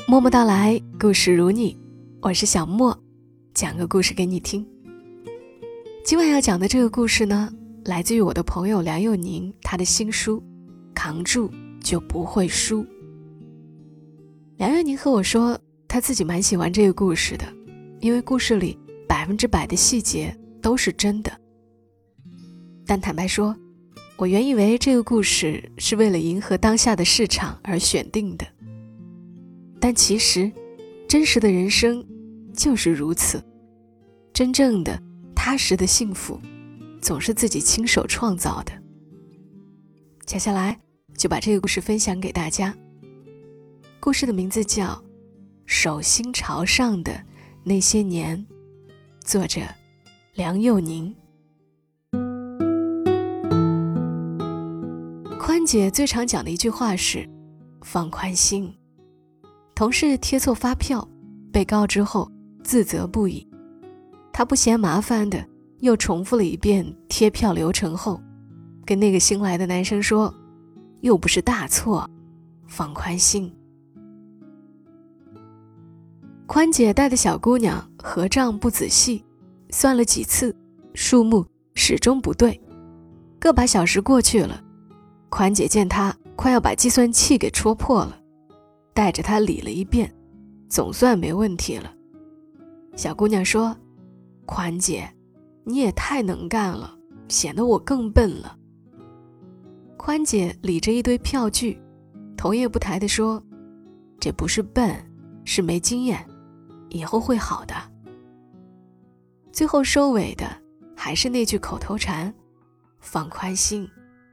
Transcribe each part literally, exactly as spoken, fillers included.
默默到来，故事如你，我是小莫，讲个故事给你听。今晚要讲的这个故事呢，来自于我的朋友梁佑宁，他的新书扛住就不会输。梁佑宁和我说，他自己蛮喜欢这个故事的，因为故事里百分之百的细节都是真的。但坦白说，我原以为这个故事是为了迎合当下的市场而选定的，但其实真实的人生就是如此，真正的踏实的幸福总是自己亲手创造的。接下来就把这个故事分享给大家。故事的名字叫《手心朝上的那些年》，作者梁佑宁。宽姐最常讲的一句话是放宽心。同事贴错发票，被告知后自责不已，她不嫌麻烦的又重复了一遍贴票流程后，跟那个新来的男生说，又不是大错，放宽心。宽姐带的小姑娘合账不仔细，算了几次，数目始终不对，个把小时过去了，宽姐见她快要把计算器给戳破了，带着她理了一遍，总算没问题了。小姑娘说，宽姐，你也太能干了，显得我更笨了。宽姐理着一堆票据，头也不抬地说，这不是笨，是没经验，以后会好的。最后收尾的还是那句口头禅，放宽心。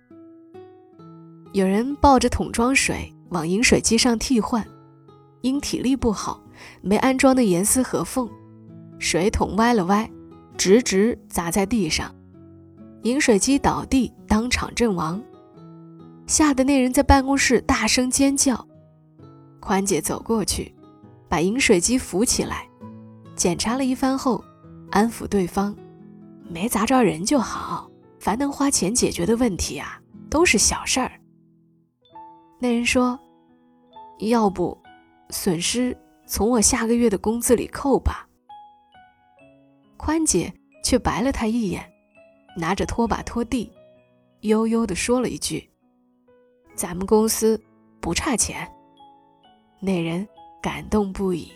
有人抱着桶装水往饮水机上替换，因体力不好，没安装的严丝合缝，水桶歪了歪，直直砸在地上，饮水机倒地，当场阵亡。吓得那人在办公室大声尖叫。宽姐走过去，把饮水机扶起来，检查了一番后，安抚对方，没砸着人就好，凡能花钱解决的问题啊，都是小事儿。那人说，要不损失从我下个月的工资里扣吧。宽姐却白了他一眼，拿着拖把拖地，悠悠地说了一句，咱们公司不差钱。那人感动不已。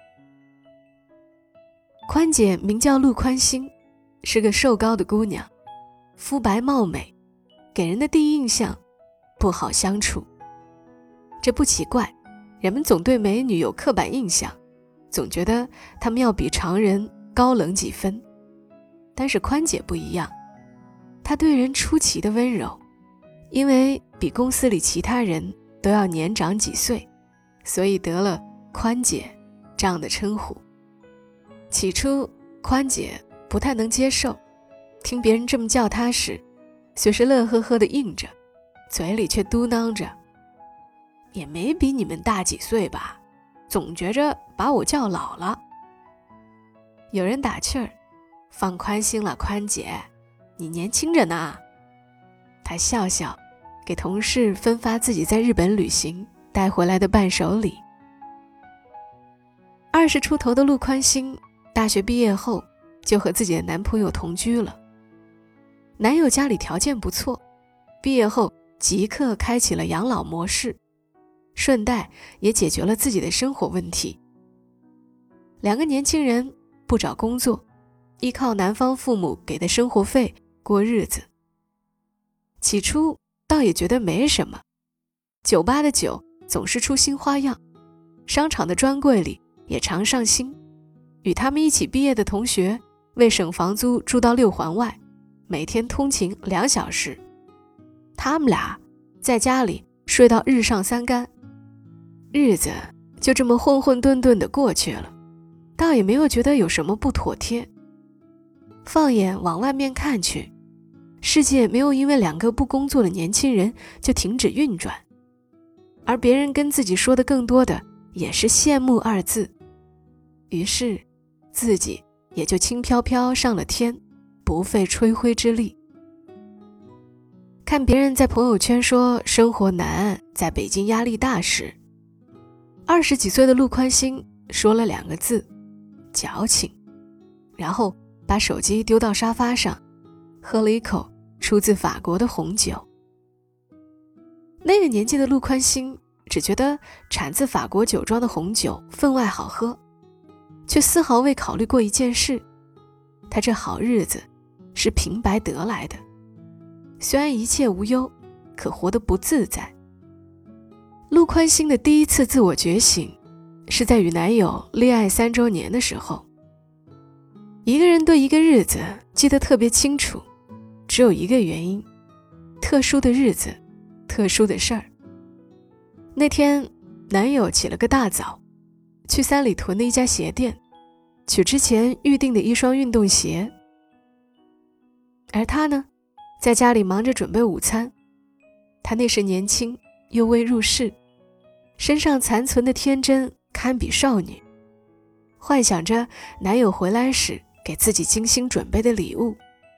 宽姐名叫陆宽心，是个瘦高的姑娘，肤白貌美，给人的第一印象不好相处。这不奇怪，人们总对美女有刻板印象，总觉得她们要比常人高冷几分。但是宽姐不一样，她对人出奇的温柔，因为比公司里其他人都要年长几岁，所以得了宽姐这样的称呼。起初宽姐不太能接受，听别人这么叫她时，虽是乐呵呵地应着，嘴里却嘟囔着，也没比你们大几岁吧，总觉着把我叫老了。有人打趣儿，放宽心了宽姐，你年轻着呢。她笑笑，给同事分发自己在日本旅行带回来的伴手礼。二十出头的陆宽心，大学毕业后就和自己的男朋友同居了。男友家里条件不错，毕业后即刻开启了养老模式，顺带也解决了自己的生活问题。两个年轻人不找工作，依靠男方父母给的生活费过日子。起初倒也觉得没什么，酒吧的酒总是出新花样，商场的专柜里也常上新。与他们一起毕业的同学为省房租住到六环外，每天通勤两小时，他们俩在家里睡到日上三竿，日子就这么混混沌沌地过去了，倒也没有觉得有什么不妥帖。放眼往外面看去，世界没有因为两个不工作的年轻人就停止运转，而别人跟自己说的更多的也是羡慕二字，于是自己也就轻飘飘上了天，不费吹灰之力。看别人在朋友圈说生活难，在北京压力大时， 二十几岁的陆宽心说了两个字：矫情，然后把手机丢到沙发上，喝了一口出自法国的红酒。那个年纪的陆宽心只觉得产自法国酒庄的红酒分外好喝，却丝毫未考虑过一件事，他这好日子是平白得来的，虽然一切无忧，可活得不自在。陆宽心的第一次自我觉醒是在与男友恋爱三周年的时候。一个人对一个日子记得特别清楚，只有一个原因：特殊的日子，特殊的事儿。那天男友起了个大早，去三里屯的一家鞋店取之前预定的一双运动鞋，而他呢，在家里忙着准备午餐。他那时年轻又未入世，身上残存的天真堪比少女，幻想着男友回来时给自己精心准备的礼物。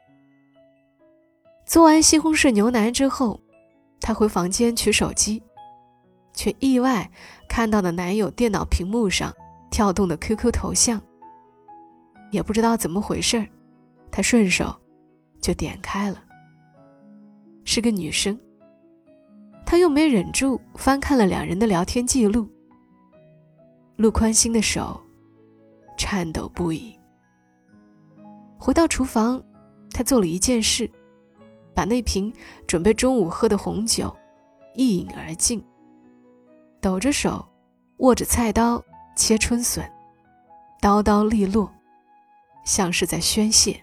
做完西红柿牛腩之后，他回房间取手机，却意外看到了男友电脑屏幕上跳动的 Q Q 头像。也不知道怎么回事，他顺手就点开了，是个女生。他又没忍住翻看了两人的聊天记录，陆宽心的手颤抖不已。回到厨房，他做了一件事，把那瓶准备中午喝的红酒一饮而尽，抖着手握着菜刀切春笋，刀刀利落，像是在宣泄。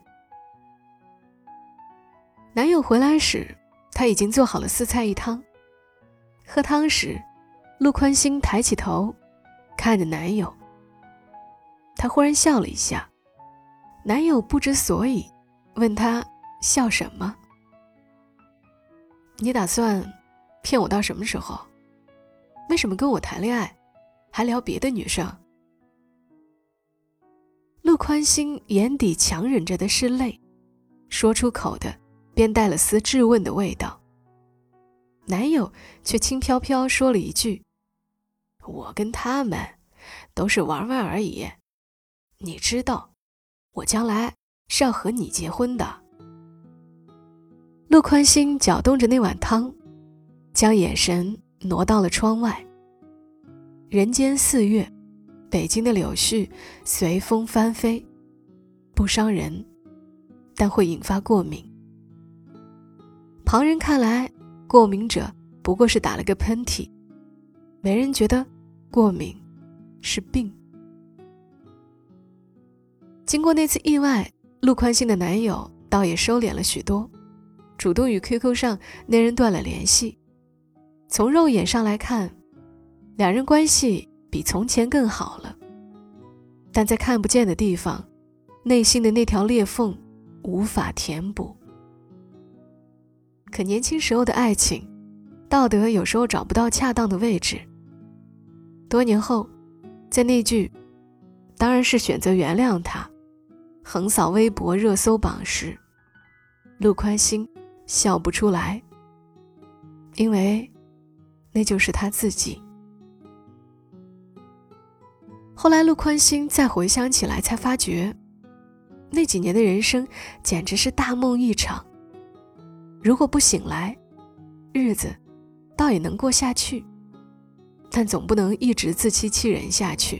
男友回来时，他已经做好了四菜一汤。喝汤时，陆宽心抬起头看着男友，他忽然笑了一下。男友不知所以，问他笑什么？你打算骗我到什么时候？为什么跟我谈恋爱还聊别的女生？陆宽心眼底强忍着的是泪，说出口的便带了丝质问的味道。男友却轻飘飘说了一句：我跟他们都是玩玩而已，你知道我将来是要和你结婚的。陆宽心搅动着那碗汤，将眼神挪到了窗外。人间四月，北京的柳絮随风翻飞，不伤人，但会引发过敏。旁人看来，过敏者不过是打了个喷嚏，没人觉得过敏是病。经过那次意外，陆宽心的男友倒也收敛了许多，主动与 Q Q 上那人断了联系。从肉眼上来看，两人关系比从前更好了，但在看不见的地方，内心的那条裂缝无法填补。可年轻时候的爱情，道德有时候找不到恰当的位置。多年后，在那句当然是选择原谅他横扫微博热搜榜时，陆宽心笑不出来，因为那就是他自己。后来陆宽心再回想起来，才发觉那几年的人生简直是大梦一场。如果不醒来，日子倒也能过下去，但总不能一直自欺欺人下去。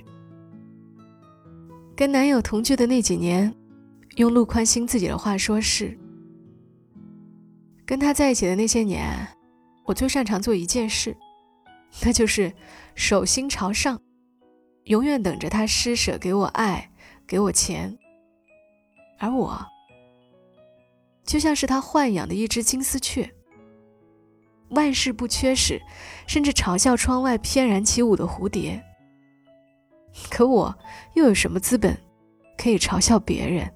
跟男友同居的那几年，用陆宽心自己的话说是，跟他在一起的那些年，我最擅长做一件事，那就是手心朝上，永远等着他施舍给我爱，给我钱。而我就像是他豢养的一只金丝雀，万事不缺时，甚至嘲笑窗外翩然起舞的蝴蝶。可我又有什么资本可以嘲笑别人？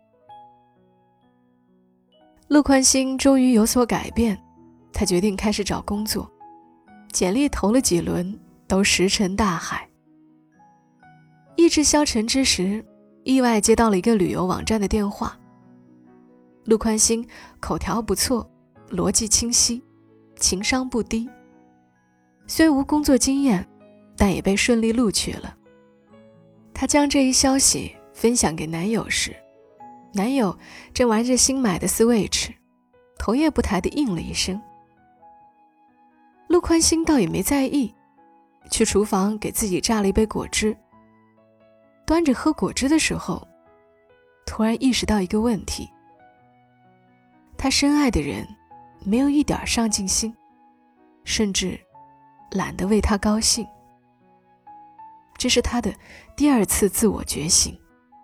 陆宽心终于有所改变，他决定开始找工作，简历投了几轮，都石沉大海。意志消沉之时，意外接到了一个旅游网站的电话。陆宽心口条不错，逻辑清晰，情商不低。虽无工作经验， 但也被顺利录取了。她将这一消息分享给男友时，男友正玩着新买的 Switch， 头也不抬地应了一声。陆宽心倒也没在意，去厨房给自己榨了一杯果汁。端着喝果汁的时候，突然意识到一个问题，他深爱的人没有一点上进心，甚至懒得为他高兴。这是他的第二次自我觉醒。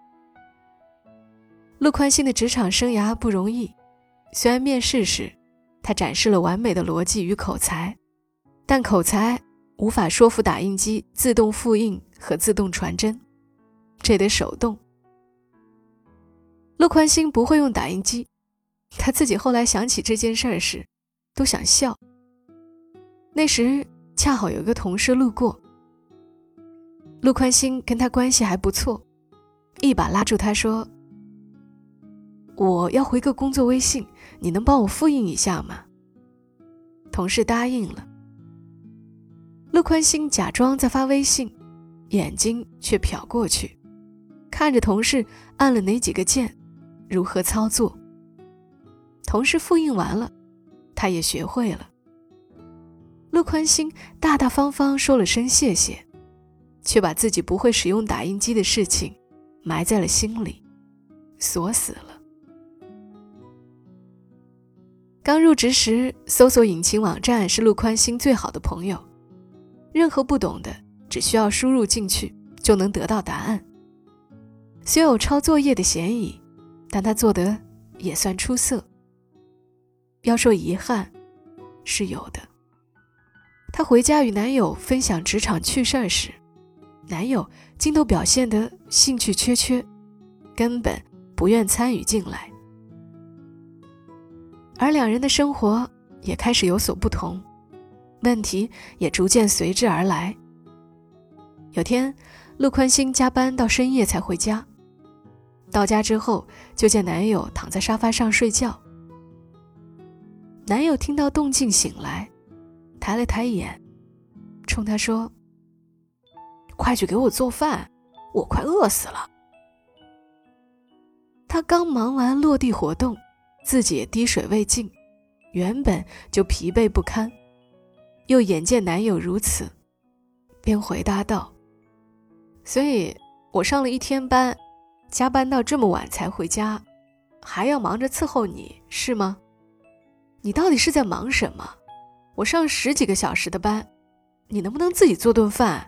陆宽心的职场生涯不容易，虽然面试时他展示了完美的逻辑与口才，但口才无法说服打印机自动复印和自动传真，这得手动。陆宽心不会用打印机，他自己后来想起这件事时都想笑。那时恰好有一个同事路过，陆宽心跟他关系还不错，一把拉住他说，我要回个工作微信，你能帮我复印一下吗？同事答应了。陆宽心假装在发微信，眼睛却瞟过去，看着同事按了哪几个键，如何操作。同事复印完了，他也学会了。陆宽心大大方方说了声谢谢，却把自己不会使用打印机的事情埋在了心里，锁死了。刚入职时，搜索引擎网站是陆宽心最好的朋友，任何不懂的只需要输入进去就能得到答案。虽有抄作业的嫌疑，但他做得也算出色。要说遗憾，是有的。她回家与男友分享职场趣事时，男友竟都表现得兴趣缺缺，根本不愿参与进来。而两人的生活也开始有所不同，问题也逐渐随之而来。有天，陆宽心加班到深夜才回家，到家之后就见男友躺在沙发上睡觉。男友听到动静醒来，抬了抬眼，冲她说，快去给我做饭，我快饿死了。她刚忙完落地活动，自己也滴水未进，原本就疲惫不堪，又眼见男友如此，便回答道，所以我上了一天班，加班到这么晚才回家，还要忙着伺候你，是吗？你到底是在忙什么？我上十几个小时的班，你能不能自己做顿饭？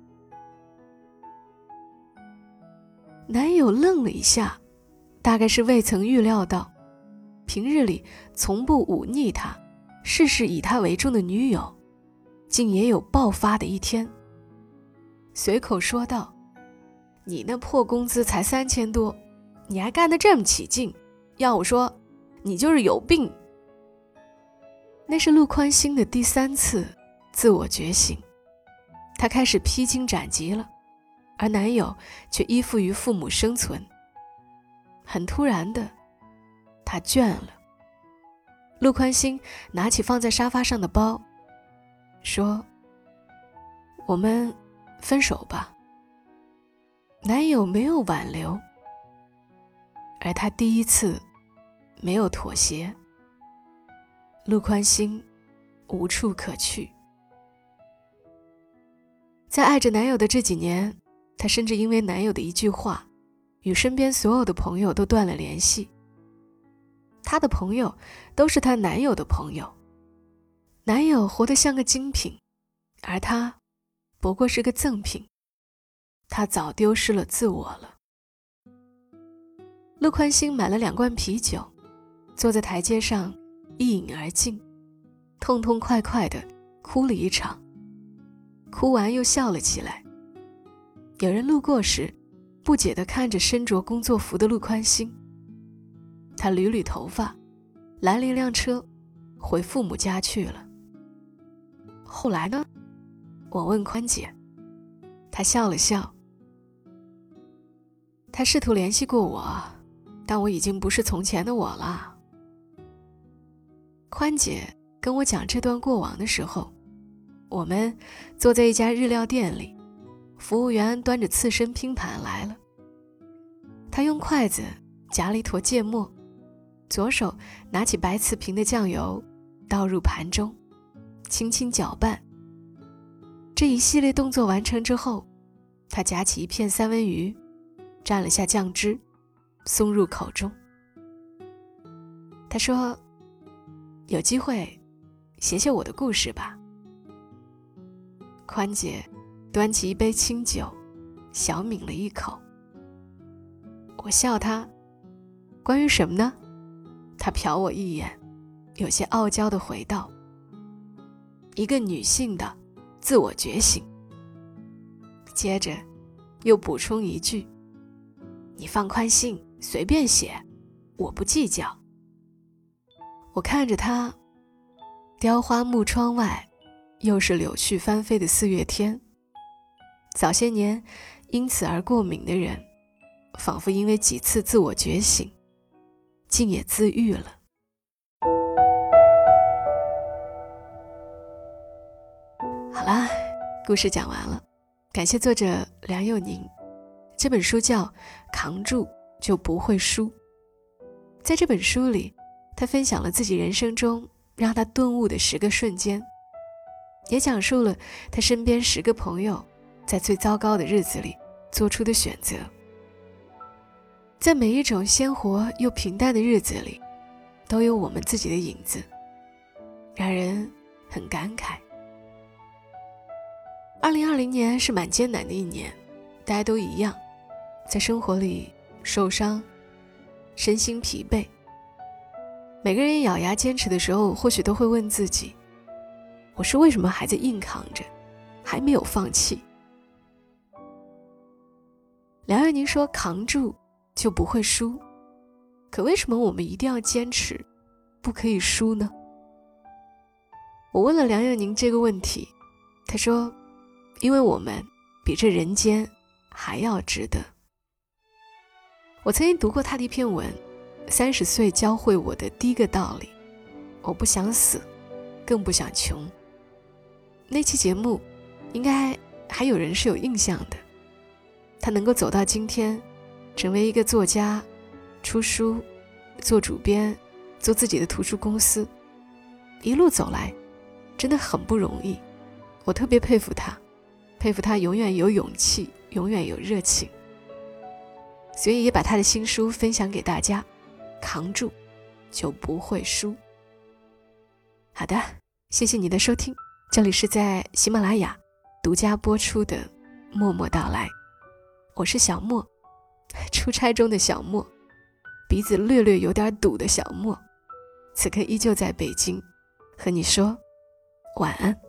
男友愣了一下，大概是未曾预料到，平日里从不忤逆他，事事以他为重的女友，竟也有爆发的一天。随口说道，你那破工资才三千多，你还干得这么起劲，要我说，你就是有病。那是陆宽心的第三次自我觉醒，她开始披荆斩棘了，而男友却依附于父母生存。很突然的，她倦了。陆宽心拿起放在沙发上的包，说，我们分手吧。男友没有挽留，而她第一次没有妥协。陆宽心无处可去。在爱着男友的这几年，她甚至因为男友的一句话，与身边所有的朋友都断了联系。她的朋友都是她男友的朋友，男友活得像个精品，而她不过是个赠品。她早丢失了自我了。陆宽心买了两罐啤酒，坐在台阶上一饮而尽，痛痛快快地哭了一场，哭完又笑了起来。有人路过时，不解地看着身着工作服的陆宽心。他捋捋头发，拦了一辆车，回父母家去了。后来呢？我问宽姐，她笑了笑。她试图联系过我，但我已经不是从前的我了。宽姐跟我讲这段过往的时候， 我们坐在一家日料店里，服务员端着刺身拼盘来了。他用筷子夹了一坨芥末，左手拿起白瓷瓶的酱油倒入盘中，轻轻搅拌。这一系列动作完成之后，他夹起一片三文鱼，蘸了下酱汁，送入口中。他说，有机会写写我的故事吧。宽姐端起一杯清酒，小抿了一口。我笑他，关于什么呢？他瞟我一眼，有些傲娇地回道，一个女性的自我觉醒。接着又补充一句，你放宽心，随便写，我不计较。我看着他，雕花木窗外，又是柳絮翻飞的四月天。早些年因此而过敏的人，仿佛因为几次自我觉醒，竟也自愈了。好啦，故事讲完了，感谢作者梁又宁。这本书叫《扛住就不会输》。在这本书里，他分享了自己人生中让他顿悟的十个瞬间，也讲述了他身边十个朋友在最糟糕的日子里做出的选择。在每一种鲜活又平淡的日子里，都有我们自己的影子，让人很感慨。二零二零年是蛮艰难的一年，大家都一样，在生活里受伤，身心疲惫。每个人咬牙坚持的时候，或许都会问自己，我是为什么还在硬扛着，还没有放弃？梁又宁说，扛住就不会输。可为什么我们一定要坚持，不可以输呢？我问了梁又宁这个问题，他说，因为我们比这人间还要值得。我曾经读过他的一篇文，三十岁教会我的第一个道理，我不想死，更不想穷。那期节目应该还有人是有印象的。他能够走到今天，成为一个作家，出书，做主编，做自己的图书公司，一路走来真的很不容易。我特别佩服他，佩服他永远有勇气，永远有热情。所以也把他的新书分享给大家，扛住就不会输。好的，谢谢你的收听，这里是在喜马拉雅独家播出的默默到来，我是小莫，出差中的小莫，鼻子略略有点堵的小莫，此刻依旧在北京，和你说晚安。